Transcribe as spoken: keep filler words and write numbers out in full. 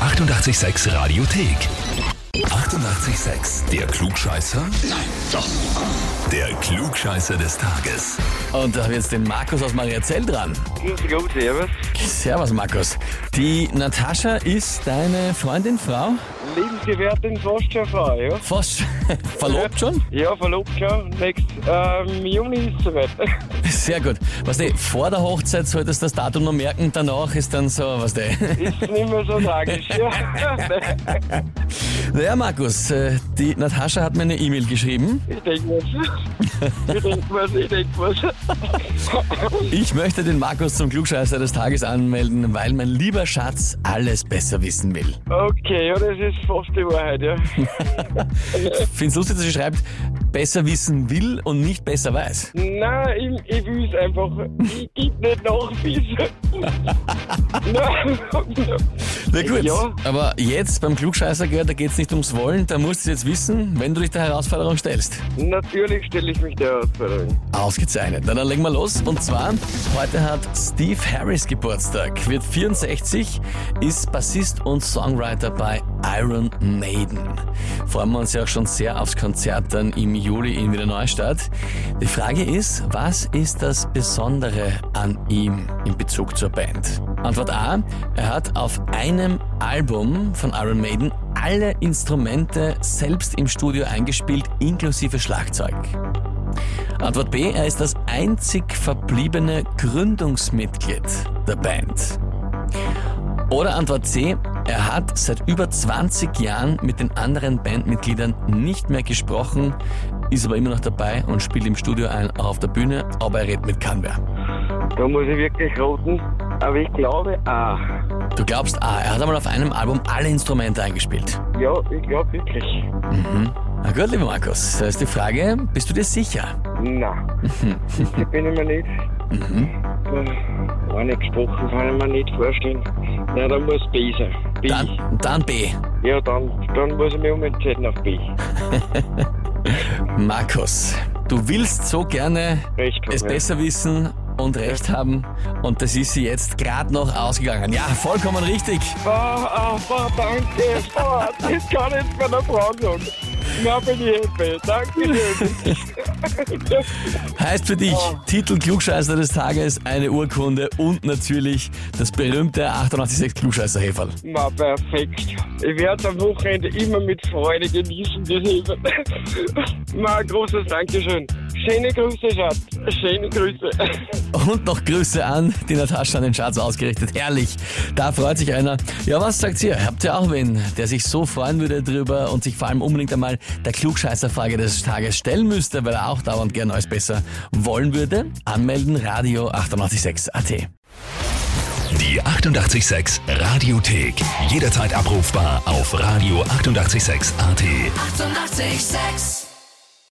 achtundachtzig Komma sechs Radiothek. achtundachtzig Komma sechs. Der Klugscheißer? Nein, doch. Der Klugscheißer des Tages. Und da habe ich jetzt den Markus aus Mariazell dran. Grüß Gott, servus. Servus, Markus. Die Natascha ist deine Freundin, Frau? Lebensgefährtin, fast schon Frau, ja? Fast verlobt schon? Ja, verlobt schon. Nächst ähm, Juni ist es soweit. Sehr gut. Weißt du, vor der Hochzeit solltest du das Datum noch merken, danach ist dann so, weißt du. Ist nicht mehr so tragisch, ja. Naja, Markus, äh, die Natascha hat mir eine E-Mail geschrieben. Ich denke was. Ich denke was, ich denke was. Ich möchte den Markus zum Klugscheißer des Tages anmelden, weil mein lieber Schatz alles besser wissen will. Okay, ja, das ist fast die Wahrheit, ja. Ich finde es lustig, dass sie schreibt, besser wissen will und nicht besser weiß. Nein, ich, ich will es einfach. Ich gebe nicht nachwissen. Nein. Na gut, Ja. aber jetzt beim Klugscheißer, gell, da geht es nicht ums Wollen, da musst du es jetzt wissen, wenn du dich der Herausforderung stellst. Natürlich stelle ich mich der Herausforderung. Ausgezeichnet. Na, dann legen wir los. Und zwar, heute hat Steve Harris Geburtstag, wird vierundsechzig, ist Bassist und Songwriter bei Iron Maiden. Freuen wir uns ja auch schon sehr aufs Konzert dann im Juli in Wiener Neustadt. Die Frage ist, was ist das Besondere an ihm in Bezug zur Band? Antwort A, er hat auf einem Album von Iron Maiden alle Instrumente selbst im Studio eingespielt, inklusive Schlagzeug. Antwort B, er ist das einzig verbliebene Gründungsmitglied der Band. Oder Antwort C, er hat seit über zwanzig Jahren mit den anderen Bandmitgliedern nicht mehr gesprochen, ist aber immer noch dabei und spielt im Studio ein, auch auf der Bühne, aber er redet mit keinem mehr. Da muss ich wirklich raten, aber ich glaube A. Du glaubst A, er hat einmal auf einem Album alle Instrumente eingespielt. Ja, ich glaube wirklich. Mhm. Na gut, lieber Markus, da ist die Frage, bist du dir sicher? Nein, sicher bin ich mir nicht. Mhm. War nicht gesprochen, kann ich mir nicht vorstellen. Nein, dann muss B sein. B. Dann, dann B. Ja, dann, dann muss ich mich umentscheiden auf B. Markus, du willst so gerne Recht haben, es ja. besser wissen und Recht haben und das ist sie jetzt gerade noch ausgegangen. Ja, vollkommen richtig. Oh, oh, oh, danke. Oh, das kann ich jetzt meiner Frau sagen. Na, bin ich happy. Dankeschön. Heißt für dich, Oh. Titel Klugscheißer des Tages, eine Urkunde und natürlich das berühmte achtundachtzig Komma sechs Klugscheißer-Häferl. Na, perfekt. Ich werde es am Wochenende immer mit Freude genießen, das Hefe. Na, ein großes Dankeschön. Schöne Grüße, Schatz. Schöne Grüße. Und noch Grüße an die Natascha an den Schatz ausgerichtet. Herrlich, da freut sich einer. Ja, was sagt ihr? Habt ihr auch wen, der sich so freuen würde drüber und sich vor allem unbedingt einmal der Klugscheißer-Frage des Tages stellen müsste, weil er auch dauernd gerne alles besser wollen würde? Anmelden, Radio achtundachtzig Komma sechs Punkt A T. Die achtundachtzig Komma sechs Radiothek. Jederzeit abrufbar auf Radio achtundachtzig Komma sechs A T. achtundachtzig Komma sechs